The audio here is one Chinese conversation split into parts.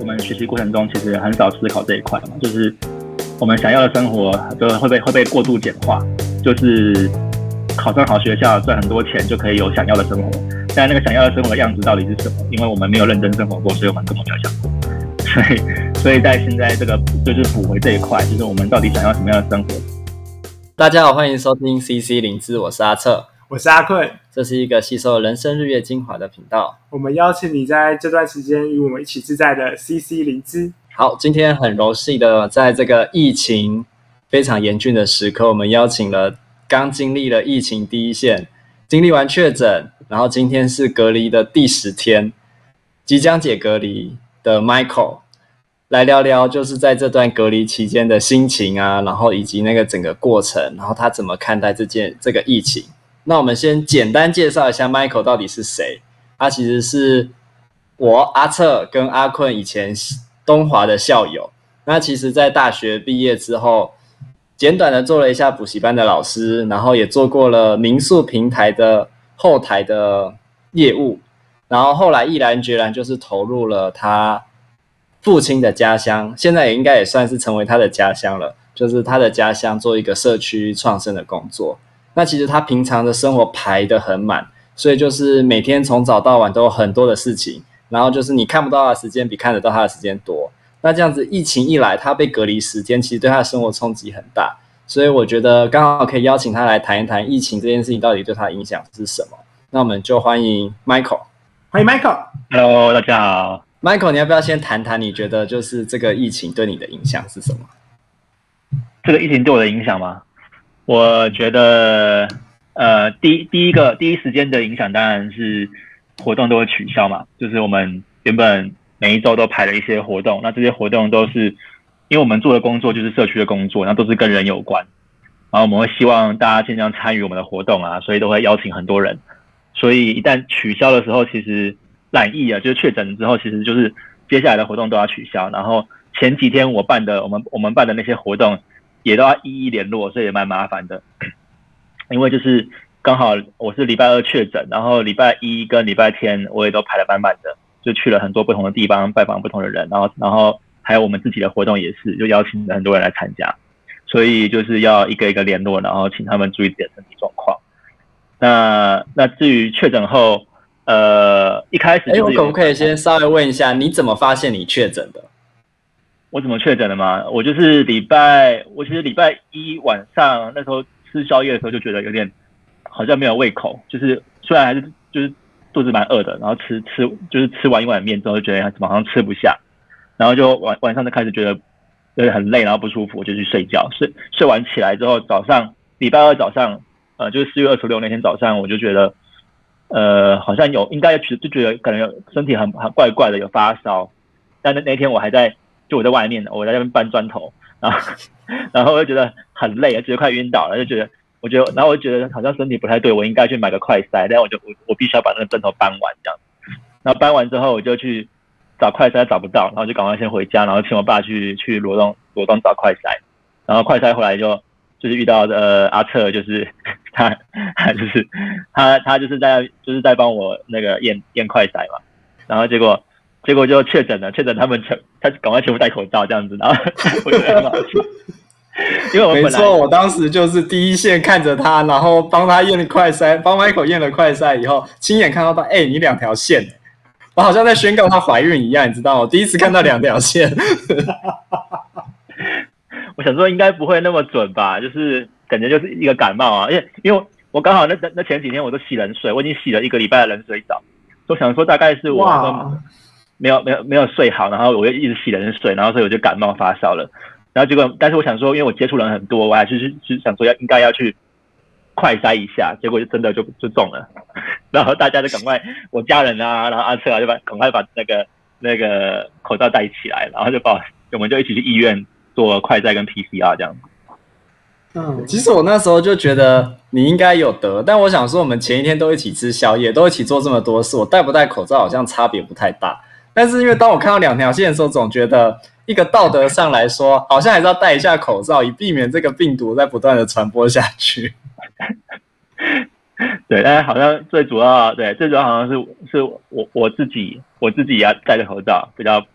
们学习过程中其实很少思考这一块嘛，就是我们想要的生活就会被过度简化，就是考上好学校赚很多钱就可以有想要的生活，但那个想要的生活的样子到底是什么？因为我们没有认真生活过，所以我们根本没有想过。所以在现在这个就是补回这一块，就是我们到底想要什么样的生活。 大家好，欢迎收听 CC 灵知，我是阿策， 我是阿困， 这是一个吸收人生日月精华的频道。 我们邀请你在这段时间与我们一起自在的 CC 灵知。 好，今天很荣幸的在这个疫情非常严峻的时刻，我们邀请了刚经历了疫情第一线，经历完确诊，然后今天是隔离的第10天，即将解隔离的 Michael 来聊聊，就是在这段隔离期间的心情啊，然后以及那个整个过程，然后他怎么看待这个疫情。那我们先简单介绍一下 Michael 到底是谁。他其实是我阿策跟阿困以前东华的校友。那其实在大学毕业之后，简短的做了一下补习班的老师，然后也做过了民宿平台的后台的业务，然后后来毅然决然就是投入了他父亲的家乡，现在也应该也算是成为他的家乡了，就是他的家乡做一个社区创生的工作。那其实他平常的生活排得很满，所以就是每天从早到晚都有很多的事情，然后就是你看不到他的时间比看得到他的时间多。那这样子疫情一来，他被隔离10天，其实对他的生活冲击很大，所以我觉得刚好可以邀请他来谈一谈疫情这件事情到底对他的影响是什么。那我们就欢迎 Michael。 欢迎 Michael。 大家好。 Michael， 你要不要先谈谈你觉得就是这个疫情对你的影响是什么？ 这个疫情对我的影响吗？我觉得第一时间的影响当然是活动都会取消嘛，就是我们原本每一周都排了一些活动，那这些活动都是因为我们做的工作就是社区的工作，那都是跟人有关，然后我们会希望大家尽量参与我们的活动啊，所以都会邀请很多人，所以一旦取消的时候，其实染疫啊，就是确诊之后，其实就是接下来的活动都要取消，然后前几天我们办的那些活动也都要一一联络，所以也蛮麻烦的。因为就是刚好我是礼拜2确诊，然后礼拜1跟礼拜天我也都排得满满的，就去了很多不同的地方拜访不同的人，然后还有我们自己的活动也是，就邀请了很多人来参加，所以就是要一个一个联络，然后请他们注意自己的身体状况。那至于确诊后，一开始我可不可以先稍微问一下，你怎么发现你确诊的？ 我怎么确诊的吗？我其实礼拜1晚上那时候吃宵夜的时候就觉得有点好像没有胃口，就是虽然还是就是肚子蛮饿的，然后就是吃完一碗面之后就觉得好像吃不下，然后就晚上就开始觉得有点很累，然后不舒服，我就去睡觉。睡完起来之后，礼拜2早上，就是4月26那天早上，我就觉得好像应该就觉得可能身体很怪怪的，有发烧，但那天我在外面，我在那边搬砖头，然后我就觉得很累，觉得快晕倒了，然后我就觉得好像身体不太对，我应该去买个快筛，但我必须要把那个砖头搬完这样。然后搬完之后，我就去找快筛，找不到，然后就赶快先回家，然后请我爸去罗东找快筛，然后快筛回来就是遇到阿策，就是他就是在帮我那个验快筛嘛，然后结果就确诊了，他赶快全部戴口罩这样子，然后我觉得很好笑。因为我没错，我当时就是第一线看着他，然后帮他验了快筛，帮 Michael 验了快筛以后，亲眼看到他，你2条线，我好像在宣告她怀孕一样，你知道吗？我第一次看到2条线。 我想说应该不会那么准吧，就是感觉就是一个感冒啊，因为我刚好那前几天我都洗冷水，我已经洗了1个礼拜的冷水澡，我想说大概是我没有睡好，然后我又一直洗冷水，然后所以我就感冒发烧了。然后结果，但是我想说，因为我接触人很多，我还是想说应该要去快筛一下，结果就真的就中了。然后大家就赶快，我家人啊，然后阿策啊，就赶快把那个口罩戴起来，然后我们就一起去医院做快筛跟 PCR 这样。 其实我那时候就觉得你应该有得，但我想说我们前一天都一起吃宵夜，都一起做这么多事，我戴不戴口罩好像差别不太大。但是因为当我看到2条线的时候，总觉得一个道德上来说，好像还是要戴一下口罩，以避免这个病毒在不断的传播下去。 对，但是好像最主要好像是我自己要戴着口罩比较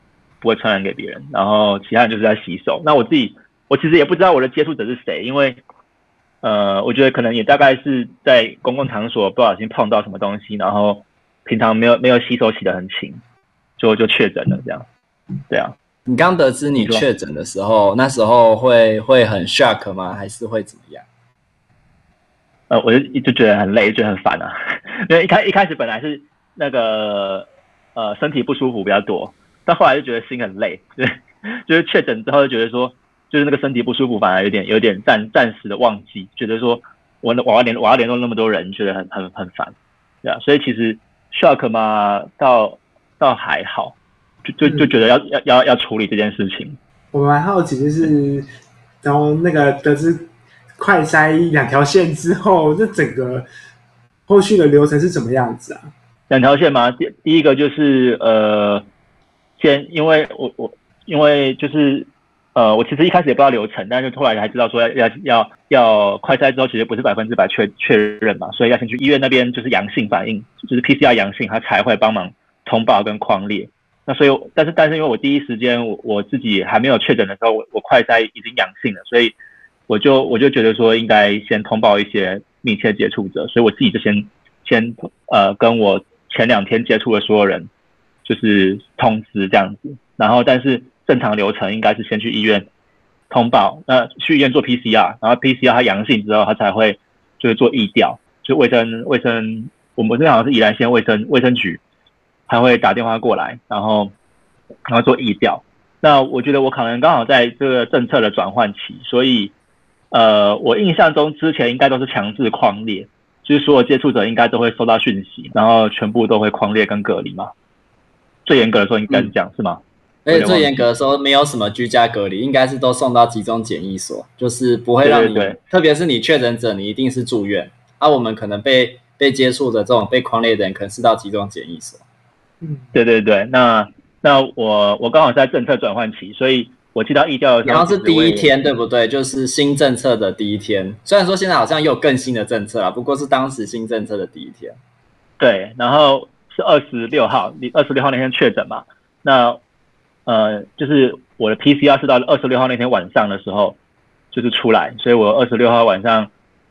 不会传染给别人，然后其他人就是在洗手。那我其实也不知道我的接触者是谁，因为我觉得可能也大概是在公共场所不小心碰到什么东西，然后平常没有洗手洗得很勤，就确诊了这样。对啊。 你刚得知你确诊的时候，那时候会很 shock 吗？还是会怎么样？ 我就觉得很累，觉得很烦啊。因为一开始本来是那个身体不舒服比较多，但后来就觉得心很累，就是确诊之后就觉得说，就是那个身体不舒服反而有点暂时的忘记，觉得说我要联络那么多人，觉得很烦，对啊。所以其实 shock 嘛，倒还好，就觉得要处理这件事情。 我蛮好奇，就是然后那个得知快筛2条线之后，这整个后续的流程是怎么样子啊 ？2条线嘛，第一个就是先因为就是我其实一开始也不知道流程，但是后来才知道说要快筛之后，其实不是100%确认嘛，所以要先去医院那边就是阳性反应，就是 PCR 阳性，他才会帮忙通报跟匡列。那所以，但是因为我第一时间我自己还没有确诊的时候，我快筛已经阳性了，所以我就觉得说应该先通报一些密切接触者，所以我自己就先跟我前2天接触的所有人就是通知这样子，然后但是正常流程应该是先去医院通报，那去医院做 PCR， 然后 PCR 它阳性之后，它才会就是做疫调，就卫生，我们这好像是宜兰县卫生局。他会打电话过来，然后做疫调。那我觉得我可能刚好在这个政策的转换期，所以我印象中之前应该都是强制匡列，就是所有接触者应该都会收到讯息，然后全部都会匡列跟隔离嘛。最严格的时候应该是这样，是吗？ 而且最严格的时候没有什么居家隔离，应该是都送到集中检疫所，就是不会让你， 对， 特别是你确诊者，你一定是住院。我们可能被接触的这种被匡列的人，可能是到集中检疫所。 对，那我刚好在政策转换期，所以我接到疫调的时候， 然后是第一天，对不对？就是新政策的第一天。虽然说现在好像又有更新的政策了，不过是当时新政策的第一天。 对，然后是26号那天确诊嘛。那就是我的 PCR 是到26号那天晚上的时候就是出来，所以我26号晚上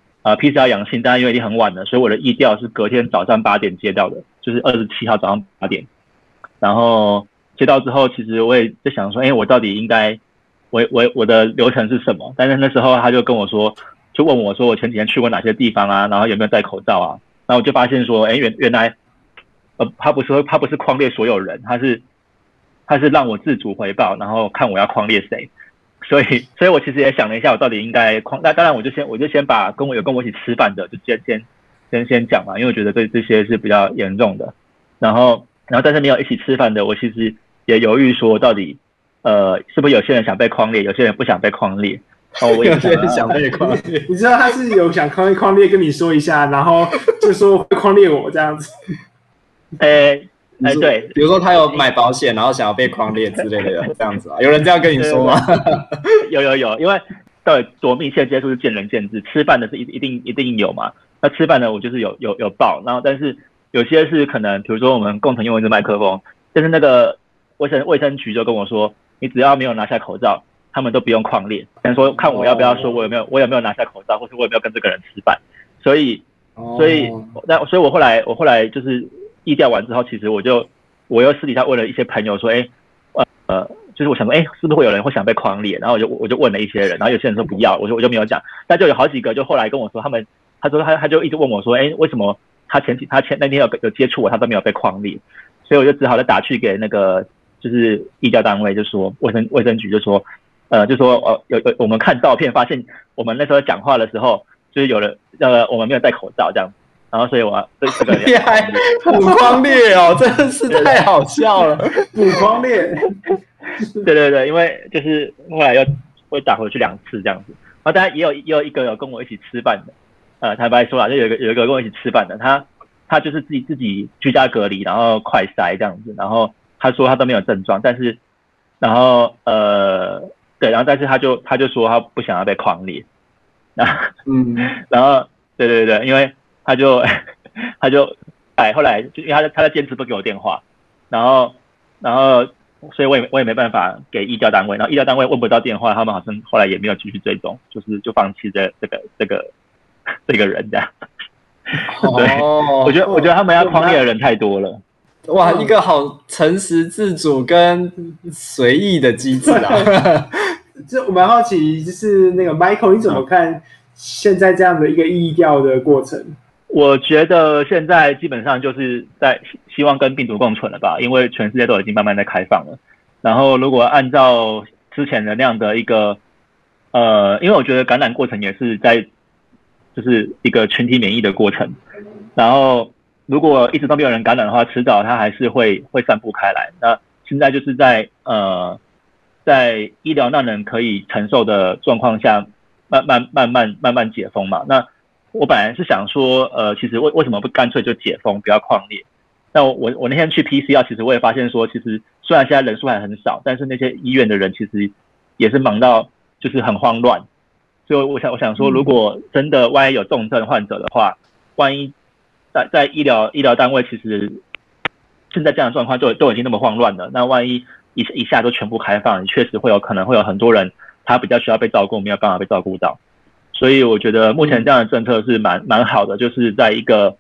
PCR 阳性，但因为已经很晚了，所以我的疫调是隔天早上8点接到的，就是27号早上8点。然后接到之后，其实我也在想说，我到底应该我的流程是什么？但是那时候他就跟我说，就问我说我前几天去过哪些地方啊，然后有没有戴口罩啊？然后我就发现说，原来他不是匡列所有人，他是让我自主回报，然后看我要匡列谁。所以我其实也想了一下，我到底应该匡。那当然我就先把有跟我一起吃饭的就先讲嘛，因为我觉得这些是比较严重的。然后但是没有一起吃饭的，我其实也犹豫说到底是不是有些人想被匡列，有些人不想被�匡列。我也有些人想被匡列， 你知道他是有想匡列跟你说一下，然后就说会匡列我这样子。 对， 比如说他有买保险，然后想要被匡列之类的，这样子啊？有人这样跟你说吗？ 有，因为到底多密切接触是见仁见智，吃饭的是一定有嘛。那吃饭的我就是有报，然后但是有些是可能，比如说我们共同用一支麦克风，但是那个卫生局就跟我说，你只要没有拿下口罩，他们都不用匡列。但说看我要不要说我有没有拿下口罩，或是我有没有跟这个人吃饭。所以我后来就是疫调完之后，其实我又私底下问了一些朋友说，就是我想说，是不是会有人会想被匡列？然后我就问了一些人，然后有些人说不要，我就没有讲。但就有好几个就后来跟我说，他就一直问我说，为什么他那天有接触我，他都没有被匡列？所以我就只好再打去给那个就是疫调单位，就说卫生局就说，我们看照片发现我们那时候讲话的时候，就是有人我们没有戴口罩这样。然后所以我对这个厉害，补匡列哦，真的是太好笑了， 补匡列。 对，因为就是后来又会打回去2次这样子。然后当然也有一个有跟我一起吃饭的，坦白说啦，就有一个跟我一起吃饭的，他就是自己居家隔离，然后快筛这样子。然后他说他都没有症状，但是然后但是他就说他不想要被匡列。然后对，因为他就后来就因为他在坚持不给我电话，然后所以我也没办法给医疗单位，然后医疗单位问不到电话，他们好像后来也没有继续追踪，就放弃这个人这样。对，我觉得他们要匡列的人太多了。 哇，一个好诚实自主跟随意的机制啊！ 这我蛮好奇，就是那个 Michael， 你怎么看现在这样的一个疫调的过程？ 我觉得现在基本上就是在希望跟病毒共存了吧，因为全世界都已经慢慢在开放了。然后如果按照之前的那样的一个因为我觉得感染过程也是在就是一个群体免疫的过程，然后如果一直都没有人感染的话，迟早它还是会散布开来。那现在就是在医疗量能可以承受的状况下，慢慢解封嘛。那我本来是想说，其实为什么不干脆就解封，不要匡列？那我那天去 PCR， 其实我也发现说，其实虽然现在人数还很少，但是那些医院的人其实也是忙到就是很慌乱。所以我想说，如果真的万一有重症患者的话，万一在医疗单位其实现在这样的状况都已经那么慌乱了，那万一一下都全部开放，确实可能会有很多人他比较需要被照顾，没有办法被照顾到。所以我觉得目前这样的政策是蛮好的，就是在一个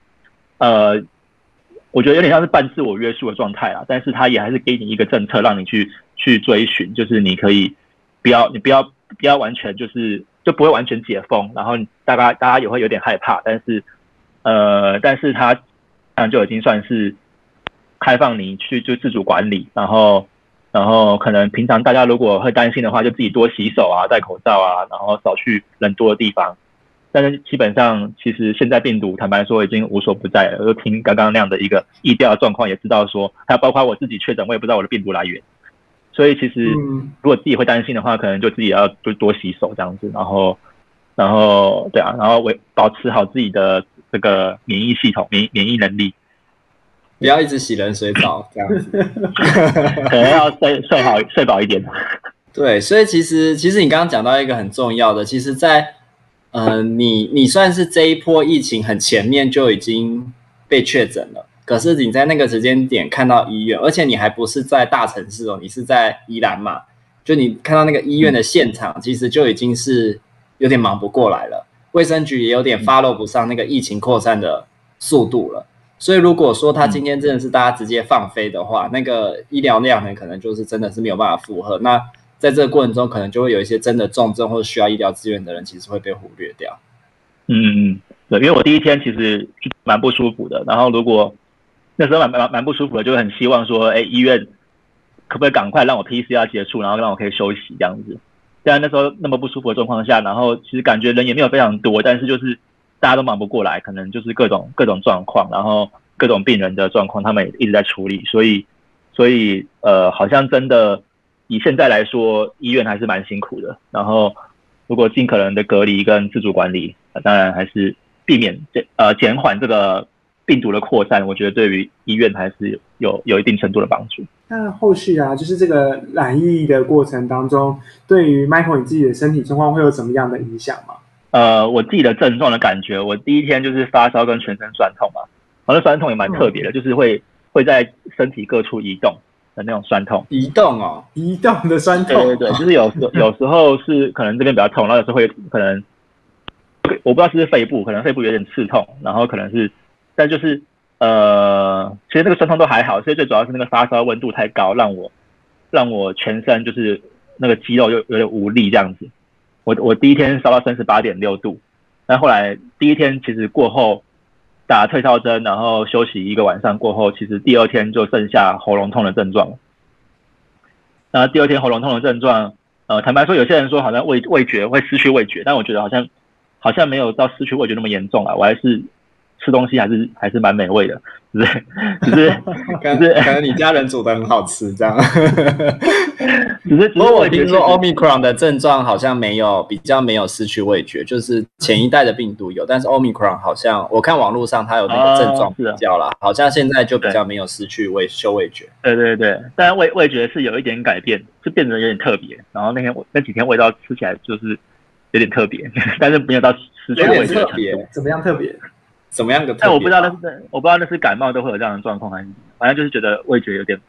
我觉得有点像是半自我约束的状态啦，但是他也还是给你一个政策让你去追寻，就是你可以不要完全就不会完全解封，然后大家也会有点害怕，但是他就已经算是开放你就自主管理，然后可能平常大家如果会担心的话，就自己多洗手啊，戴口罩啊，然后少去人多的地方。但是基本上，其实现在病毒坦白说已经无所不在了。就听刚刚那样的一个疫调的状况，也知道说，还有包括我自己确诊，我也不知道我的病毒来源。所以其实如果自己会担心的话，可能就自己要多洗手这样子，然后对啊，然后保持好自己的这个免疫系统、免疫能力。 不要一直洗冷水澡这样子， 可能要睡饱一点。 对，所以其实你刚刚讲到一个很重要的，其实在你算是这一波疫情很前面就已经被确诊了，可是你在那个时间点看到医院，而且你还不是在大城市哦，你是在宜兰嘛，就你看到那个医院的现场，其实就已经是有点忙不过来了，卫生局也有点 follow 不上那个疫情扩散的速度了。所以如果说他今天真的是大家直接放飞的话，那个医疗量呢可能就是真的是没有办法负荷。那在这个过程中，可能就会有一些真的重症或者需要医疗资源的人，其实会被忽略掉。 对，因为我第一天其实蛮不舒服的，然后如果那时候蛮不舒服的，就很希望说，医院可不可以赶快让我 PCR 结束，然后让我可以休息这样子。虽然那时候那么不舒服的状况下，然后其实感觉人也没有非常多，但是就是大家都忙不过来，可能就是各种状况，然后各种病人的状况，他们也一直在处理，所以好像真的以现在来说，医院还是蛮辛苦的。然后如果尽可能的隔离跟自主管理，当然还是避免减缓这个病毒的扩散，我觉得对于医院还是有一定程度的帮助。 那后续啊，就是这个染疫的过程当中，对于 Michael 你自己的身体状况会有什么样的影响吗？ 我自己的症状的感觉，我第一天就是发烧跟全身酸痛嘛，那酸痛也蛮特别的，就是会在身体各处移动的那种酸痛。 移动的酸痛。 对，就是有时候是可能这边比较痛，然后有时候会可能我不知道是不是肺部，可能肺部有点刺痛，然后可能是，但就是其实那个酸痛都还好，所以最主要是那个发烧温度太高，让我全身就是那个肌肉有点无力这样子。我第一天烧到38.6度，但后来第一天其实过后打退烧针，然后休息一个晚上过后，其实第二天就剩下喉咙痛的症状了。那第二天喉咙痛的症状，坦白说，有些人说好像味觉会失去味觉，但我觉得好像没有到失去味觉那么严重啊，我还是吃东西还是蛮美味的，只是可能你家人煮的很好吃这样。 只是我听说 Omicron 的症状好像比较没有失去味觉，就是前一代的病毒有，但是 Omicron 好像我看网络上它有那个症状比较啦，好像现在就比较没有失去味觉。 对，但味觉是有一点改变，就变得有点特别。然后那几天味道吃起来就是有点特别，但是没有到失去味觉。 特别怎么样特别？ 怎么样的特别？ 但我不知道那是感冒都会有这样的状况还是，反正就是觉得味觉有点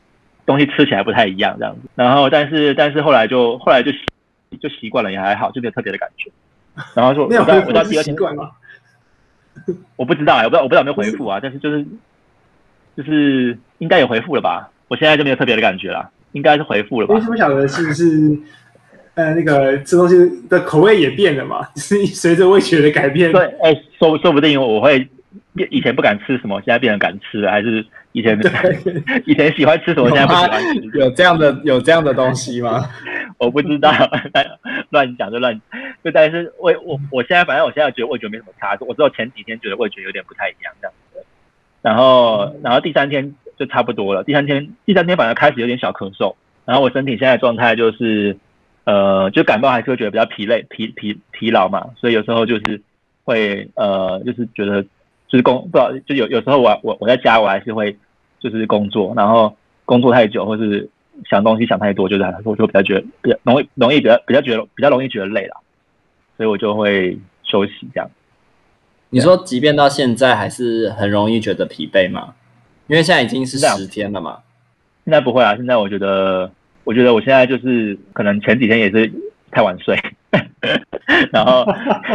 东西吃起来不太一样这样子。然后但是后来就习惯了，也还好，就没有特别的感觉。然后说我到第二天，我不知道我不知道有没有回复啊，但是就是应该有回复了吧？我现在就没有特别的感觉了，应该是回复了吧？ 因为不晓得是不是那个吃东西的口味也变了嘛，就是随着味觉的改变。 对，说不定我会以前不敢吃什么，现在变成敢吃了，还是以前喜欢吃什么，现在不喜欢吃。 有这样的东西吗？ 我不知道，乱讲就乱。就但是我现在反正我现在觉得味觉没什么差，我只有前几天觉得味觉有点不太一样这样子。然后第3天就差不多了，第三天反而开始有点小咳嗽，然后我身体现在的状态就是就感冒还是会觉得比较疲劳嘛，所以有时候就是会就是觉得就是不知道，就有时候我在家我还是会就是工作，然后工作太久或是想东西想太多，就是我就比较觉得比较容易觉得累了，所以我就会休息这样。 你说即便到现在还是很容易觉得疲惫吗？因为现在已经是10天了嘛。 现在不会啊，现在我觉得我现在就是可能前几天也是太晚睡，然后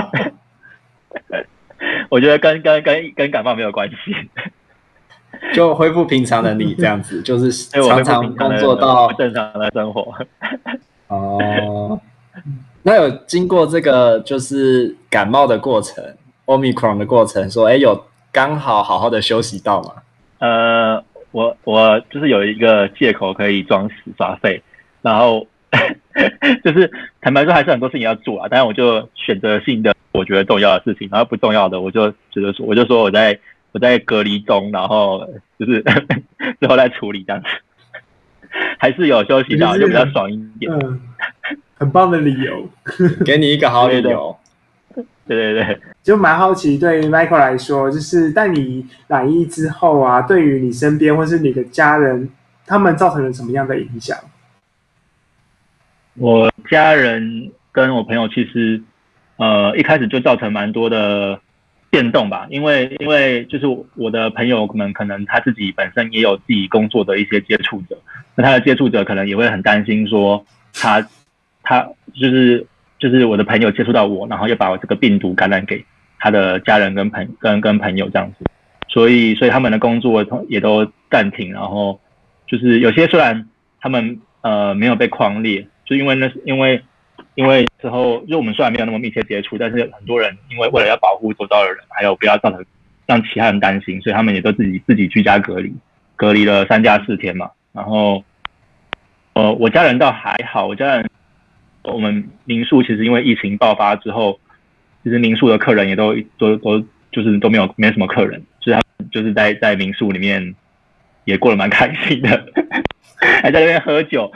我觉得跟感冒没有关系， 就恢复平常的你这样子，就是常常工作到正常的生活。 哦，那有经过这个就是感冒的过程 ，Omicron 的过程，说有刚好好的休息到吗？ 我就是有一个借口可以装死耍废，然后就是坦白说还是很多事情要做啊，但是我就选择性的我觉得重要的事情，然后不重要的我就说我在隔离中，然后就是之后再处理这样子，还是有休息到，就比较爽一点。 很棒的理由， 给你一个好理由。 对， 就蛮好奇，对 Michael 来说，就是在你染疫之后啊，对于你身边或是你的家人，他们造成了什么样的影响？ 我家人跟我朋友其实一开始就造成蛮多的变动吧，因为就是我的朋友们可能他自己本身也有自己工作的一些接触者，那他的接触者可能也会很担心说他就是我的朋友接触到我，然后又把我这个病毒感染给他的家人跟朋友这样子，所以他们的工作也都暂停，然后就是有些虽然他们没有被匡列，就因为之后就我们虽然没有那么密切接触，但是很多人因为为了要保护周遭的人，还有不要造成让其他人担心，所以他们也都自己居家隔离了3加4天嘛。然后我家人倒还好，我们民宿其实因为疫情爆发之后，其实民宿的客人也都就是都没什么客人，所以他们就是在民宿里面也过得蛮开心的，还在那边喝酒，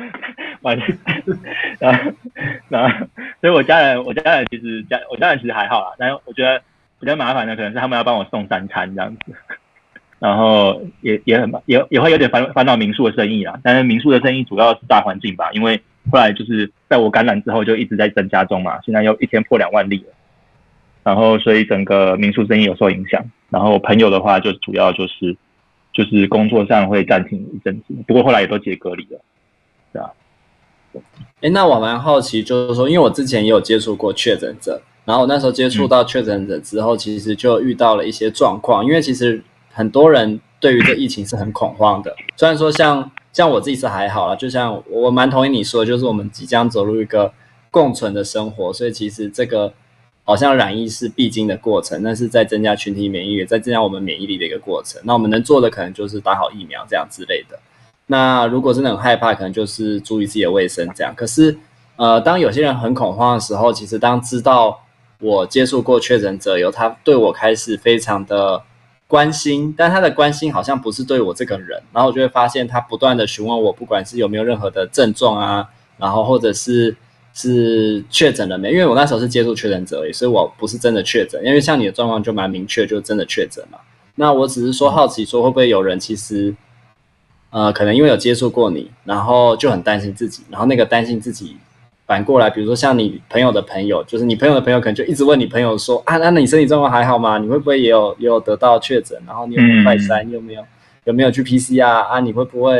然后所以我家人其实还好啦，但是我觉得比较麻烦的可能是他们要帮我送3餐这样子，然后也会有点烦恼民宿的生意啦，但是民宿的生意主要是大环境吧，因为后来就是在我感染之后就一直在增加中嘛，现在又一天破2万例了，然后所以整个民宿生意有受影响。然后朋友的话就主要就是工作上会暂停一阵子，不过后来也都解隔离了，对啊。 那我蛮好奇，就是说，因为我之前也有接触过确诊者，然后我那时候接触到确诊者之后，其实就遇到了一些状况，因为其实很多人对于这疫情是很恐慌的，虽然说像我自己是还好啦，就像我蛮同意你说的，就是我们即将走入一个共存的生活，所以其实这个好像染疫是必经的过程，那是在增加群体免疫力，在增加我们免疫力的一个过程。那我们能做的可能就是打好疫苗这样之类的。那如果真的很害怕，可能就是注意自己的卫生这样。可是当有些人很恐慌的时候，其实当知道我接触过确诊者以后，他对我开始非常的关心，但他的关心好像不是对我这个人，然后我就会发现他不断的询问我，不管是有没有任何的症状啊，然后或者是确诊了没，因为我那时候是接触确诊者而已，所以我不是真的确诊，因为像你的状况就蛮明确，就真的确诊嘛。那我只是说好奇说会不会有人其实可能因为有接触过你，然后就很担心自己，然后那个担心自己反过来，比如说像你朋友的朋友，就是你朋友的朋友可能就一直问你朋友说那你身体状况还好吗？你会不会也有得到确诊？然后你有没有快筛？你有没有去 PCR 啊？你会不会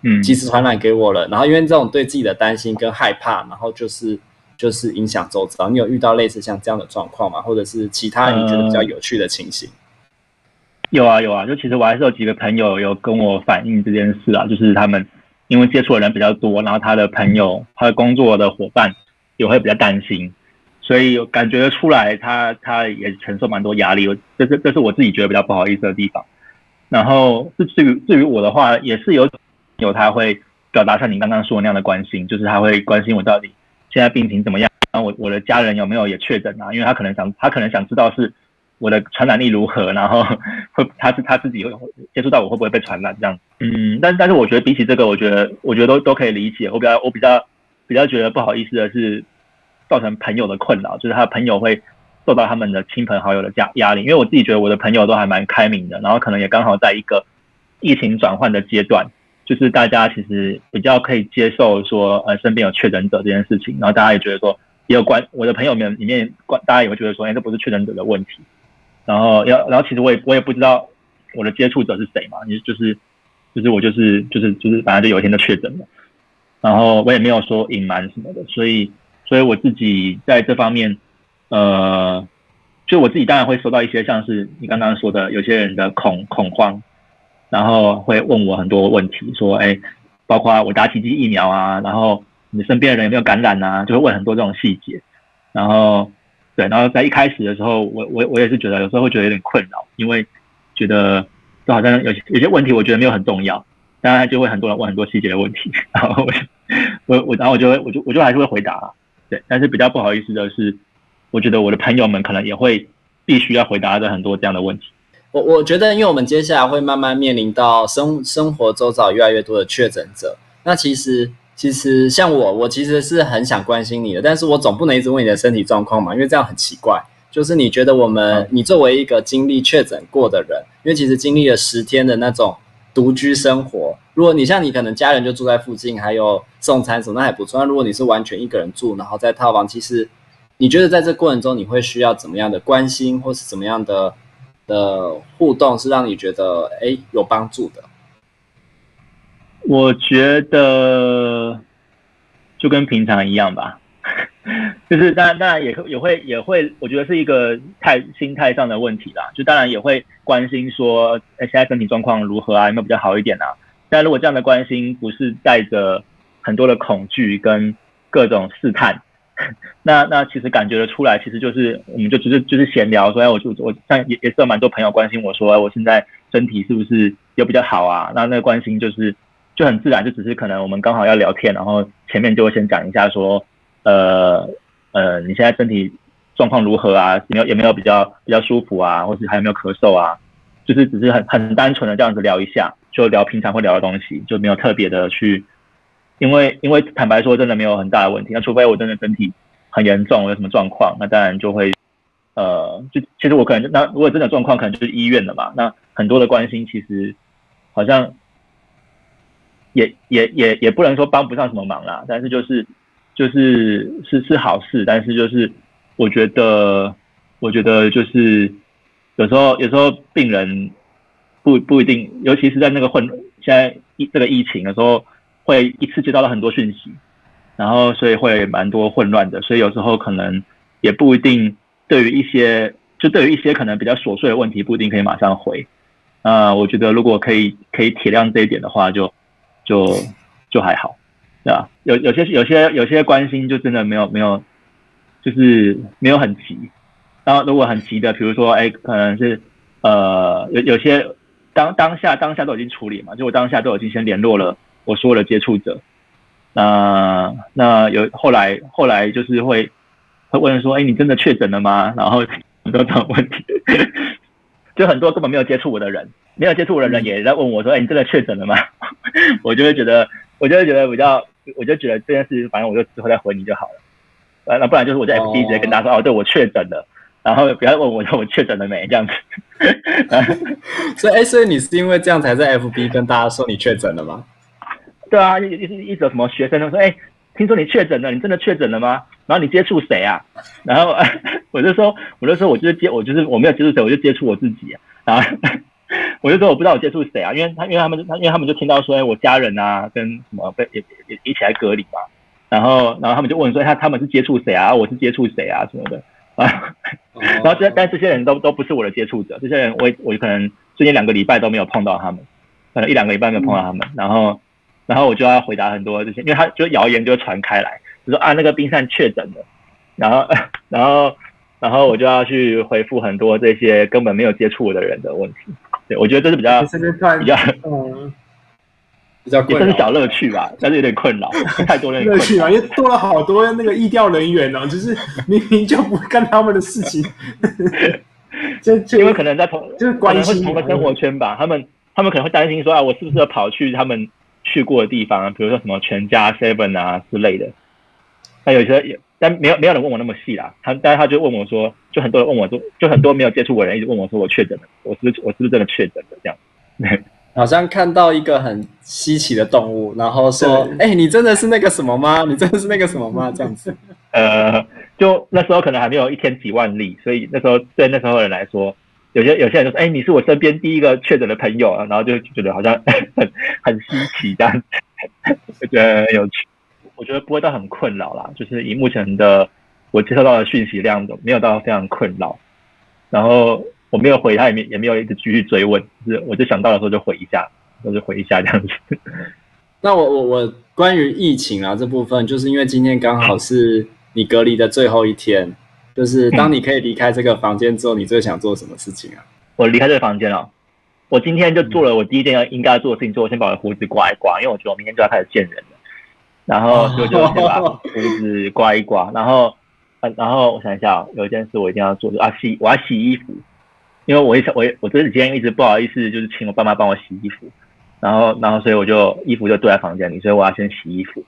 即时传染给我了。然后因为这种对自己的担心跟害怕，然后就是影响周遭。你有遇到类似像这样的状况吗？或者是其他你觉得比较有趣的情形？ 有啊，就其实我还是有几个朋友有跟我反映这件事啊，就是他们因为接触的人比较多，然后他的朋友、他的工作的伙伴也会比较担心，所以感觉出来他也承受蛮多压力。这是我自己觉得比较不好意思的地方。然后至于我的话，也是有他会表达像你刚刚说的那样的关心，就是他会关心我到底现在病情怎么样，然后我的家人有没有也确诊啊？因为他可能想知道是我的传染力如何，然后他自己会接触到我会不会被传染这样。但是我觉得比起这个，我觉得都可以理解。我比较觉得不好意思的是造成朋友的困扰，就是他的朋友会受到他们的亲朋好友的压力。因为我自己觉得我的朋友都还蛮开明的，然后可能也刚好在一个疫情转换的阶段，就是大家其实比较可以接受说身边有确诊者这件事情，然后大家也觉得说也有我的朋友们里面大家也会觉得说，这不是确诊者的问题。然后其实我也不知道我的接触者是谁嘛，就是我就是反正就有一天就确诊了，然后我也没有说隐瞒什么的，所以我自己在这方面，就我自己当然会收到一些像是你刚刚说的有些人的恐慌，然后会问我很多问题，说包括我打几剂疫苗啊，然后你身边的人有没有感染啊，就会问很多这种细节，然后在一开始的时候，我也是觉得有时候会觉得有点困扰，因为觉得就好像有些问题我觉得没有很重要，当然就会很多人问很多细节的问题，然后我就还是会回答，对，但是比较不好意思的是，我觉得我的朋友们可能也会必须要回答的很多这样的问题。 我觉得，因为我们接下来会慢慢面临到生活周遭越来越多的确诊者，那其实像我其实是很想关心你的，但是我总不能一直问你的身体状况嘛，因为这样很奇怪。就是你觉得你作为一个经历确诊过的人，因为其实经历了10天的那种独居生活，如果你可能家人就住在附近，还有送餐什么，那还不错。那如果你是完全一个人住，然后在套房，其实你觉得在这过程中你会需要怎么样的关心，或是怎么样的互动是让你觉得有帮助的？ 我觉得就跟平常一样吧，就是当然也会，我觉得是一个心态上的问题啦。就当然也会关心说，现在身体状况如何啊，有没有比较好一点啊？但如果这样的关心不是带着很多的恐惧跟各种试探，那其实感觉得出来，其实就是我们就是闲聊说，我像也是有蛮多朋友关心我说，我现在身体是不是有比较好啊？那个关心就很自然，就只是可能我们刚好要聊天，然后前面就会先讲一下说，你现在身体状况如何啊？有没有比较舒服啊？或是还有没有咳嗽啊？就是只是很单纯的这样子聊一下，就聊平常会聊的东西，就没有特别的去。因为坦白说，真的没有很大的问题。那除非我真的身体很严重，有什么状况，那当然就会就其实我可能如果真的状况，可能就是医院了嘛。那很多的关心其实好像也不能说帮不上什么忙啦，但是就是好事。但是就是我觉得就是有时候病人不一定，尤其是在那个现在这个疫情的时候。会一次接到了很多讯息，然后所以会蛮多混乱的，所以有时候可能也不一定对于一些可能比较琐碎的问题，不一定可以马上回。我觉得如果可以体谅这一点的话，就还好，对吧？有些关心就真的没有，就是没有很急。然后如果很急的，比如说可能是有些当下都已经处理嘛，就我当下都已经先联络了。我所有的接触者，那有后来就是会问说，你真的确诊了吗？然后很多这种问题，就很多根本没有接触我的人也在问我说，你真的确诊了吗？我就会觉得比较，我就觉得这件事，反正我就之后再回你就好了。那不然就是我在 FB 直接跟大家说，对，我确诊了。然后不要问我确诊了没这样子。 所以你是因为这样才在 FB 跟大家说你确诊了吗？ 对啊，一直有什么学生都说，听说你确诊了，你真的确诊了吗？然后你接触谁啊？然后我就说我没有接触谁，我就接触我自己。然后我就说我不知道我接触谁啊，因为他们就听到说，我家人啊跟什么也一起来隔离嘛，然后他们就问说，他们是接触谁啊，我是接触谁啊什么的啊，然后但这些人都不是我的接触者，这些人我可能最近2个礼拜都没有碰到他们，可能1-2个礼拜没有碰到他们，然后我就要回答很多这些，因为他就谣言就传开来，就说啊那个冰扇确诊了，然后我就要去回复很多这些根本没有接触我的人的问题。对，我觉得这是比较也算是小乐趣吧，但是有点困扰，太多人乐趣嘛，因为多了好多那个疫调人员哦，就是明明就不干他们的事情， 因为可能在就是关心同个生活圈吧，他们可能会担心说啊，我是不是要跑去他们去过的地方，比如说什么全家、Seven 啊之类的。那有些但没有人问我那么细啦，但是他就问我说，就很多人问我说，就很多没有接触我的人一直问我说我确诊了，我是不是真的确诊了这样。 好像看到一个很稀奇的动物，然后说：“你真的是那个什么吗？你真的是那个什么吗？”这样子。 就那时候可能还没有1天几万例，所以那时候对那时候的人来说，有些人就说：“你是我身边第一个确诊的朋友啊。”然后就觉得好像很稀奇这样子，我觉得很有趣。我觉得不会到很困扰啦，就是以目前的我接收到的讯息量没有到非常困扰，然后我没有回他，也没有一直继续追问，就是我就想到的时候就回一下，我就回一下这样子。 那我关于疫情啊这部分，就是因为今天刚好是你隔离的最后一天，就是当你可以离开这个房间之后，你最想做什么事情啊？ 我离开这个房间我今天就做了我第一件应该做的事情，我先把我的胡子刮一刮，因为我觉得我明天就要开始见人了。然后就先把胡子刮一刮，然后我想一下，有一件事我一定要做，我要洗衣服，因为我这几天一直不好意思，就是请我爸妈帮我洗衣服，然后所以我就衣服就堆在房间里，所以我要先洗衣服，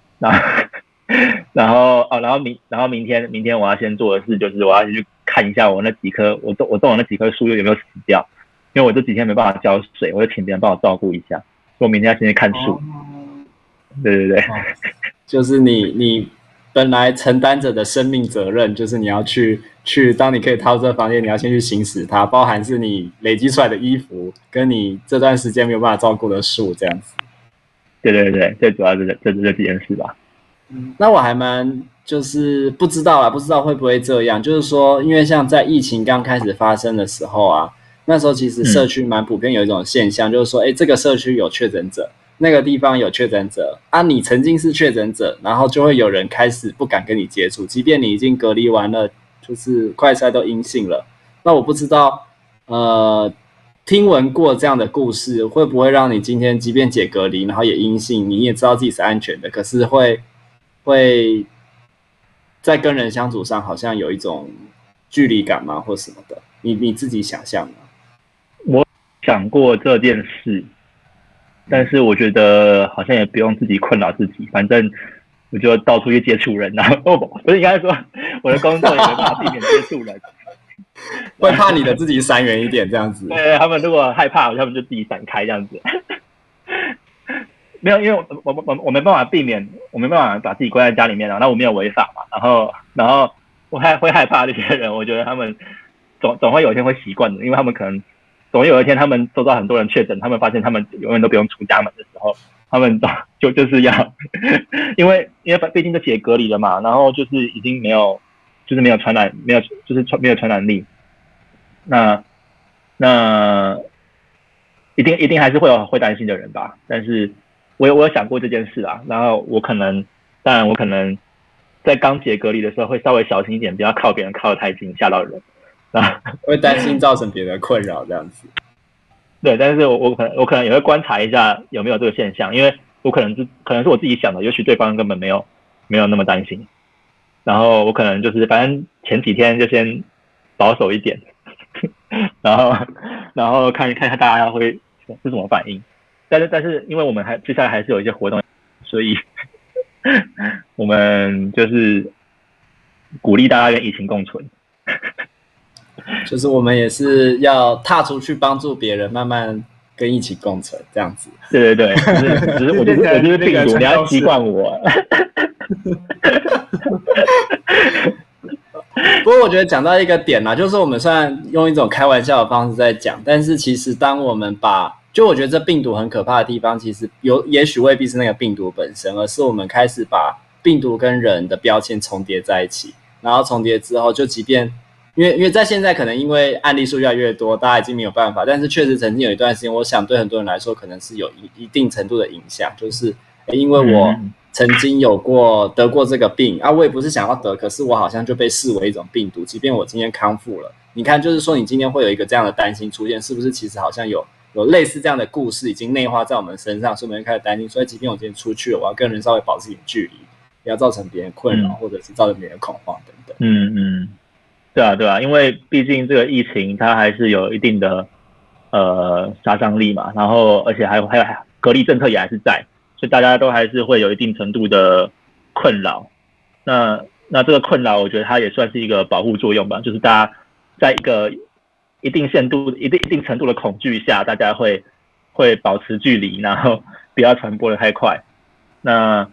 然后明天我要先做的事就是我要去看一下我那几棵我种的那几棵树有没有死掉，因为我这几天没办法浇水，我就请别人帮我照顾一下，所以我明天要先去看树。对， 就是你本来承担着的生命责任，就是你要去，当你可以逃出这房间，你要先去行使它，包含是你累积出来的衣服，跟你这段时间没有办法照顾的树，这样子。 对，最主要是这几件事吧。 那我还蛮就是不知道会不会这样，就是说，因为像在疫情刚开始发生的时候啊，那时候其实社区蛮普遍有一种现象，就是说，这个社区有确诊者。那个地方有确诊者啊，你曾经是确诊者，然后就会有人开始不敢跟你接触，即便你已经隔离完了，就是快筛都阴性了。那我不知道，听闻过这样的故事，会不会让你今天即便解隔离，然后也阴性，你也知道自己是安全的，可是会在跟人相处上好像有一种距离感吗，或什么的？你自己想象吗？ 我想过这件事。但是我觉得好像也不用自己困扰自己，反正我就到处去接触人，然后不是应该说我的工作也没办法避免接触人， 会怕你的自己闪远一点这样子。 对，他们如果害怕，他们就自己闪开这样子。没有，因为我没办法避免，我没办法把自己关在家里面，然后我没有违法嘛，然后我会害怕这些人，我觉得他们总会有一天会习惯的，因为他们可能。总有一天，他们收到很多人确诊，他们发现他们永远都不用出家门的时候，他们就是要，因为毕竟都解隔离了嘛，然后就是已经没有传染，没有传染力，那一定还是会担心的人吧。但是我有想过这件事啊，然后我可能在刚解隔离的时候会稍微小心一点，不要靠别人靠得太近，吓到人。 会担心造成别人的困扰这样子。 对，但是我可能也会观察一下有没有这个现象，因为我可能是我自己想的，也许对方根本没有那么担心。然后我可能就是反正前几天就先保守一点，然后看看大家会是什么反应。但是因为我们接下来还是有一些活动，所以我们就是鼓励大家跟疫情共存。 就是我们也是要踏出去帮助别人，慢慢跟一起共存这样子。 对，只是我就是病毒，你要习惯我。 不过我觉得讲到一个点啦，就是我们虽然用一种开玩笑的方式在讲，但是其实当我们就我觉得这病毒很可怕的地方，其实也许未必是那个病毒本身，而是我们开始把病毒跟人的标签重叠在一起，然后重叠之后，就即便因为在现在可能因为案例数越来越多，大家已经没有办法，但是确实曾经有一段时间，我想对很多人来说可能是有一定程度的影响，就是因为我曾经得过这个病啊，我也不是想要得，可是我好像就被视为一种病毒，即便我今天康复了，你看，就是说你今天会有一个这样的担心出现，是不是其实好像有类似这样的故事已经内化在我们身上，所以我们开始担心，所以即便我今天出去了，我要跟人稍微保持一点距离，不要造成别人困扰，或者是造成别人恐慌等等。 对啊，因为毕竟这个疫情它还是有一定的杀伤力嘛，然后而且还有隔离政策也还是在，所以大家都还是会有一定程度的困扰。那这个困扰，我觉得它也算是一个保护作用吧，就是大家在一个一定程度的恐惧下，大家会保持距离，然后不要传播的太快。那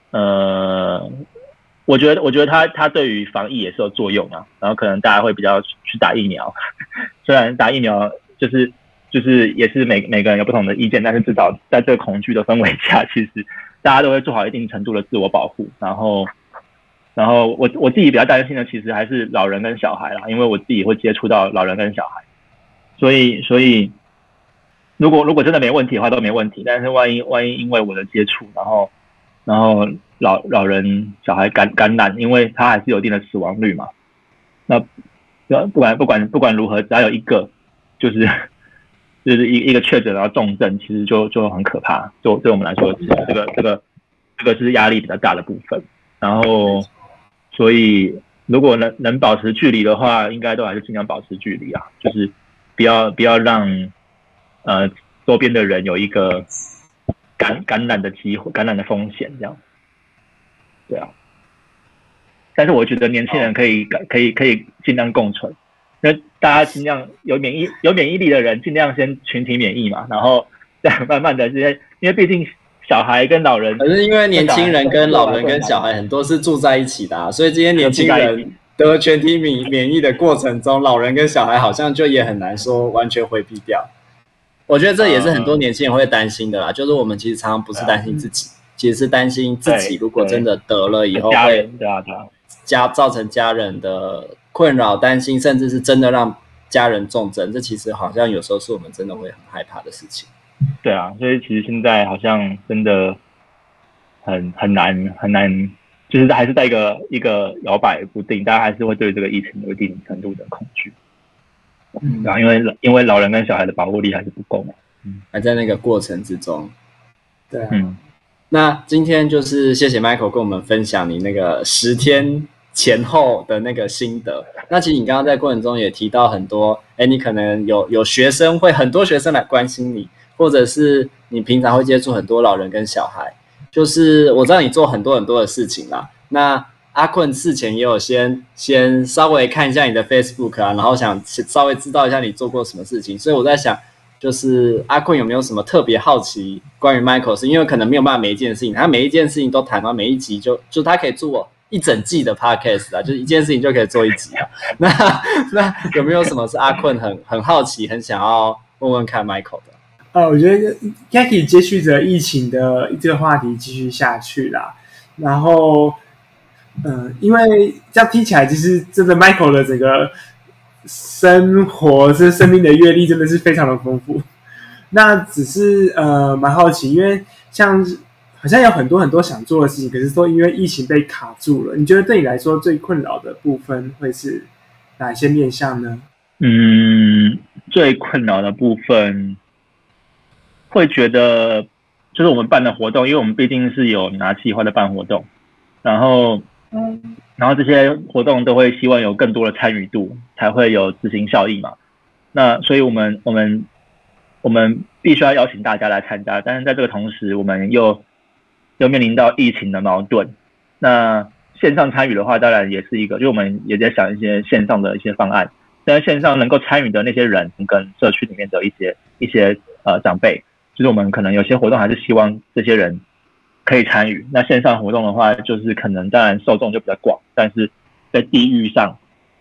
我觉得它对于防疫也是有作用啊，然后可能大家会比较去打疫苗，虽然打疫苗就是也是每个人有不同的意见，但是至少在这个恐惧的氛围下，其实大家都会做好一定程度的自我保护。然后我自己比较担心的其实还是老人跟小孩啦，因为我自己会接触到老人跟小孩，所以如果真的没问题的话都没问题，但是万一因为我的接触，然后老人小孩感染，因为他还是有一定的死亡率嘛。那不管如何，只要有一个就是一个确诊然后重症，其实就很可怕。对我们来说，其实这个是压力比较大的部分。然后，所以如果能保持距离的话，应该都还是尽量保持距离啊，就是不要让周边的人有一个感染的机会、感染的风险，这样。对啊。但是我觉得年轻人可以尽量共存，因为大家尽量有免疫力的人尽量先群体免疫嘛，然后再慢慢的这些，因为毕竟小孩跟老人， 可是因为年轻人跟老人跟小孩很多是住在一起的啊，所以这些年轻人得全体免疫的过程中，老人跟小孩好像就也很难说完全回避掉。我觉得这也是很多年轻人会担心的啦，就是我们其实常常不是担心自己，其实是担心自己如果真的得了以后会造成家人的困扰、担心，甚至是真的让家人重症，这其实好像有时候是我们真的会很害怕的事情。 对啊，所以其实现在好像真的很难，就是还是在一个摇摆不定，大家还是会对这个疫情有一定程度的恐惧。然后因为老人跟小孩的保护力还是不够嘛， 还在那个过程之中。 对啊， 那今天就是谢谢 Michael 跟我们分享你那个10天前后的那个心得。那其实你刚刚在过程中也提到很多，你可能有学生很多学生来关心你，或者是你平常会接触很多老人跟小孩，就是我知道你做很多的事情啦。那阿坤事前也有先稍微看一下你的 Facebook 啊，然后想稍微知道一下你做过什么事情，所以我在想，就是阿坤有没有什么特别好奇关于 Michael， 是因为可能没有办法每一件事情，他每一件事情都谈到每一集就他可以做一整季的 podcast 啊，就是一件事情就可以做一集啊。那有没有什么是阿坤很好奇，很想要问问看 Michael 的？ 我觉得应该可以接续着疫情的这个话题继续下去啦。然后，因为这样听起来，就是真的 Michael 的整个生活、生命的阅历真的是非常的丰富。那只是蛮好奇，因为像好像有很多想做的事情，可是都因为疫情被卡住了。你觉得对你来说最困扰的部分会是哪些面向呢？ 最困扰的部分会觉得就是我们办的活动，因为我们毕竟是有拿企划的办活动，然后这些活动都会希望有更多的参与度，才会有执行效益嘛。那所以我们必须要邀请大家来参加，但是在这个同时，我们又面临到疫情的矛盾。那线上参与的话，当然也是一个，就我们也在想一些线上的一些方案。但是线上能够参与的那些人，跟社区里面的一些长辈，就是我们可能有些活动还是希望这些人可以参与。那线上活动的话，就是可能当然受众就比较广，但是在地域上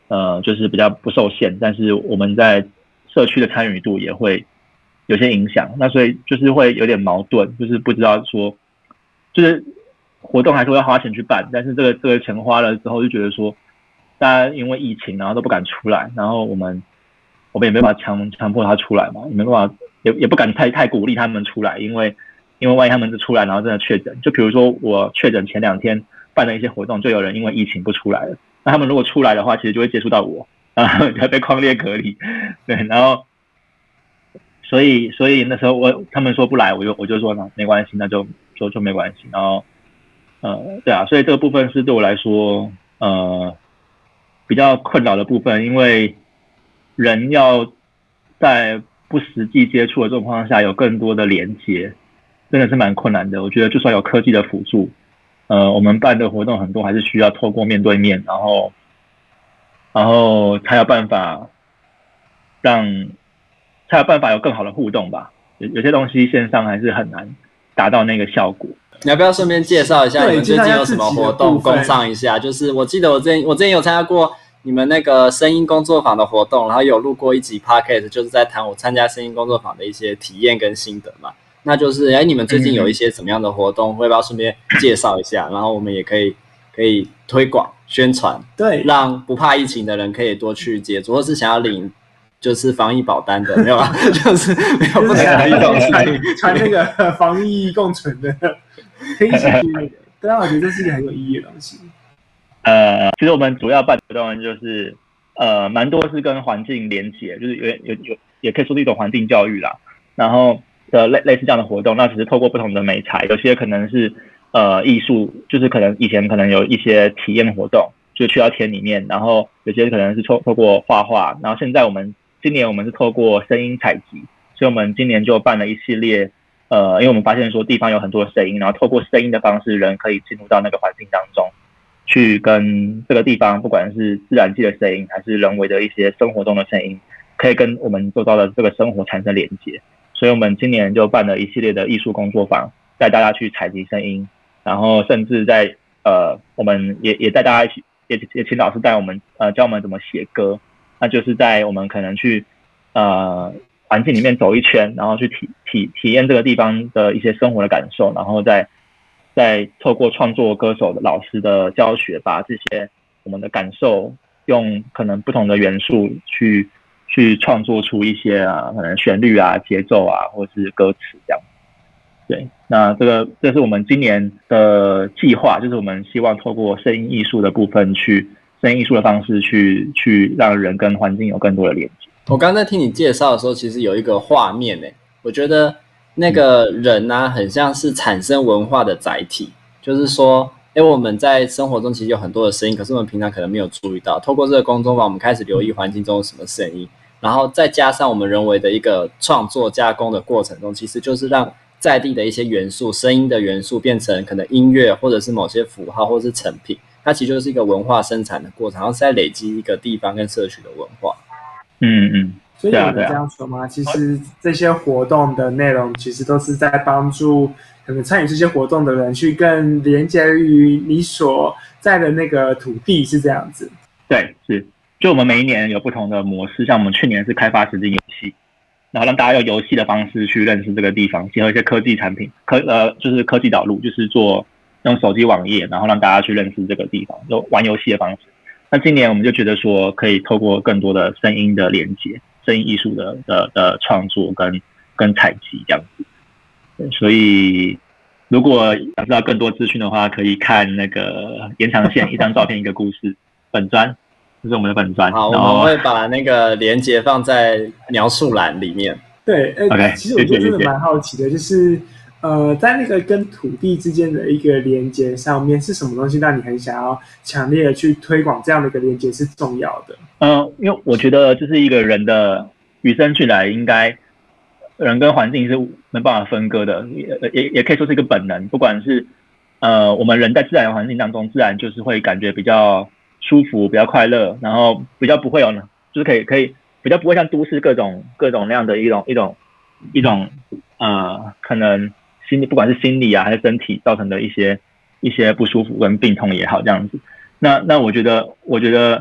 就是比较不受限，但是我们在社区的参与度也会有些影响，那所以就是会有点矛盾，就是不知道说，就是活动还是要花钱去办，但是这个钱花了之后，就觉得说，大家因为疫情，然后都不敢出来，然后我们也没办法强迫他出来嘛，也没办法，也不敢太鼓励他们出来，因为万一他们是出来，然后真的确诊，就比如说我确诊前2天办的一些活动，就有人因为疫情不出来了，那他们如果出来的话，其实就会接触到我，然后就会被匡列隔离，对，然后。所以那时候他们说不来，我就说没关系，那就没关系。然后对啊，所以这个部分是对我来说比较困扰的部分，因为人要在不实际接触的状况下有更多的连接，真的是蛮困难的。我觉得就算有科技的辅助，我们办的活动很多还是需要透过面对面，然后才有办法有更好的互动吧。有些东西线上还是很难达到那个效果。 你要不要顺便介绍一下你们最近有什么活动，供上一下？就是我记得我之前有参加过你们那个声音工作坊的活动，然后有录过一集 podcast， 就是在谈我参加声音工作坊的一些体验跟心得嘛。那就是你们最近有一些什么样的活动，会不要顺便介绍一下？然后我们也可以推广宣传， 对， 让不怕疫情的人可以多去接触，或是想要领就是防疫保单的，没有啊？就是没有不能的一种事情， 传那个防疫共存的，可以一起去那个。对啊，我觉得这是一个很有意义的东西。 其实我们主要办活动就是蛮多是跟环境连结，就是也可以说是一种环境教育啦。然后类似这样的活动，那只是透过不同的媒材，有些可能是艺术，就是可能以前可能有一些体验活动，就是去到田里面，然后有些可能是透过画画，然后今年我们是透过声音采集，所以我们今年就办了一系列因为我们发现说地方有很多声音，然后透过声音的方式，人可以进入到那个环境当中，去跟这个地方不管是自然界的声音，还是人为的一些生活中的声音，可以跟我们做到的这个生活产生连接。所以我们今年就办了一系列的艺术工作坊，带大家去采集声音，然后甚至在我们也带大家一起也请老师带我们教我们怎么写歌，那就是在我们可能去环境里面走一圈，然后去体验这个地方的一些生活的感受，然后再透过创作歌手的老师的教学，把这些我们的感受用可能不同的元素去创作出一些可能旋律啊、节奏啊，或是歌词这样。对，那这是我们今年的计划，就是我们希望透过声音艺术的部分声音艺术的方式去让人跟环境有更多的连接。 我刚才听你介绍的时候，其实有一个画面我觉得那个人啊，很像是产生文化的载体，就是说我们在生活中其实有很多的声音，可是我们平常可能没有注意到，透过这个工作坊我们开始留意环境中有什么声音，然后再加上我们人为的一个创作加工的过程中，其实就是让在地的一些元素，声音的元素变成可能音乐或者是某些符号或者是成品，它其实就是一个文化生产的过程，然后是在累积一个地方跟社区的文化。 所以有人这样说吗？其实这些活动的内容其实都是在帮助可能参与这些活动的人去更连接于你所在的那个土地，是这样子。 对，是。就我们每一年有不同的模式，像我们去年是开发实境游戏，然后让大家用游戏的方式去认识这个地方，结合一些科技产品，就是科技导入，就是用手机网页，然后让大家去认识这个地方，就玩游戏的方式。那今年我们就觉得说，可以透过更多的声音的连接，声音艺术的创作跟采集这样子。对，所以如果想知道更多资讯的话，可以看那个延长线一张照片一个故事本专，这是我们的本专。 好，我们会把那个连结放在描述栏里面。 对 ，OK， 其实我觉得真的蛮好奇的，就是在那个跟土地之间的一个连接上面，是什么东西让你很想要强烈的去推广这样的一个连接是重要的？ 因为我觉得就是一个人的与生俱来，应该人跟环境是没办法分割的，也可以说是一个本能。不管是我们人在自然的环境当中，自然就是会感觉比较舒服、比较快乐，然后比较不会有，就是可以比较不会像都市各种那样的一种可能不管是心理啊还是身体造成的一些不舒服跟病痛也好这样子。那我觉得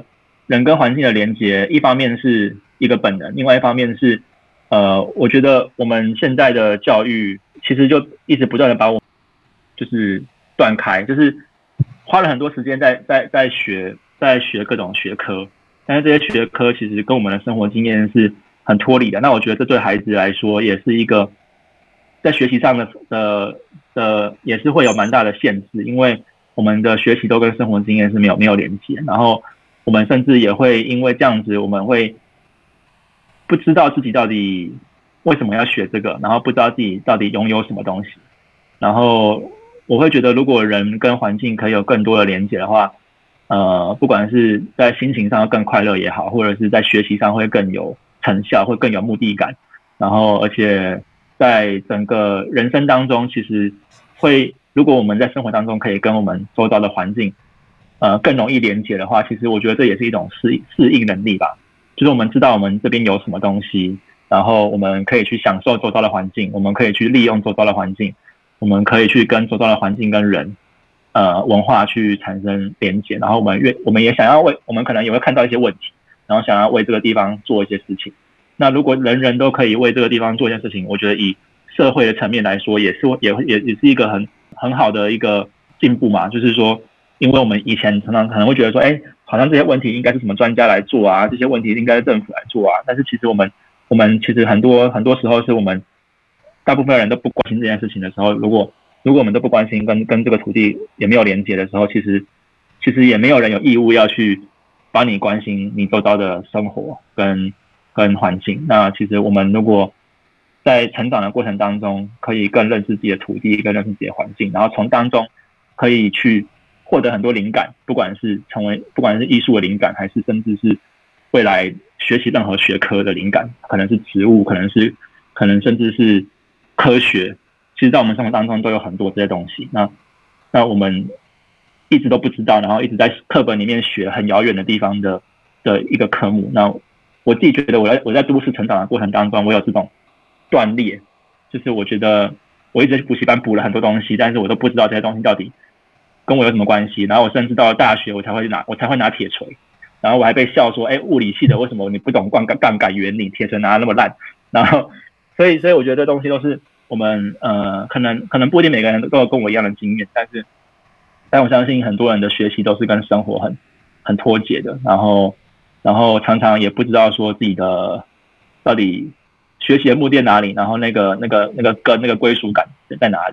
人跟环境的连接，一方面是一个本能，另外一方面是我觉得我们现在的教育其实就一直不断的把我就是断开，就是花了很多时间在学各种学科，但是这些学科其实跟我们的生活经验是很脱离的。那我觉得这对孩子来说也是一个在学习上的也是会有蛮大的限制，因为我们的学习都跟生活经验是没有连接，然后我们甚至也会因为这样子，我们会不知道自己到底为什么要学这个，然后不知道自己到底拥有什么东西。然后我会觉得，如果人跟环境可以有更多的连接的话，不管是在心情上更快乐也好，或者是在学习上会更有成效，会更有目的感。然后而且在整个人生当中，其实会，如果我们在生活当中可以跟我们周遭的环境更容易连接的话，其实我觉得这也是一种适应能力吧。就是我们知道我们这边有什么东西，然后我们可以去享受周遭的环境，我们可以去利用周遭的环境，我们可以去跟周遭的环境跟人文化去产生连接，然后我们也想要我们可能也会看到一些问题，然后想要为这个地方做一些事情。那如果人人都可以为这个地方做一件事情，我觉得以社会的层面来说，也是一个很好的一个进步嘛。就是说，因为我们以前常常可能会觉得说，好像这些问题应该是什么专家来做啊，这些问题应该是政府来做啊。但是其实我们其实很多时候是我们大部分人都不关心这件事情的时候，如果我们都不关心跟这个土地也没有连接的时候，其实也没有人有义务要去帮你关心你周遭的生活跟环境。那其实我们如果在成长的过程当中，可以更认识自己的土地，更认识自己的环境，然后从当中可以去获得很多灵感，不管是艺术的灵感，还是甚至是未来学习任何学科的灵感，可能是植物，可能甚至是科学。其实在我们生活当中都有很多这些东西。那我们一直都不知道，然后一直在课本里面学很遥远的地方的一个科目。那我自己觉得我在都市成长的过程当中，我有这种断裂，就是我觉得我一直去补习班补了很多东西，但是我都不知道这些东西到底跟我有什么关系。然后我甚至到了大学，我才会拿铁锤，然后我还被笑说，物理系的为什么你不懂杠杆原理，铁锤拿得那么烂。然后所以我觉得这东西都是我们可能不一定每个人都有跟我一样的经验，但我相信很多人的学习都是跟生活很脱节的，然后常常也不知道说自己的到底学习的目的在哪里，然后那个跟那个归属感在哪里。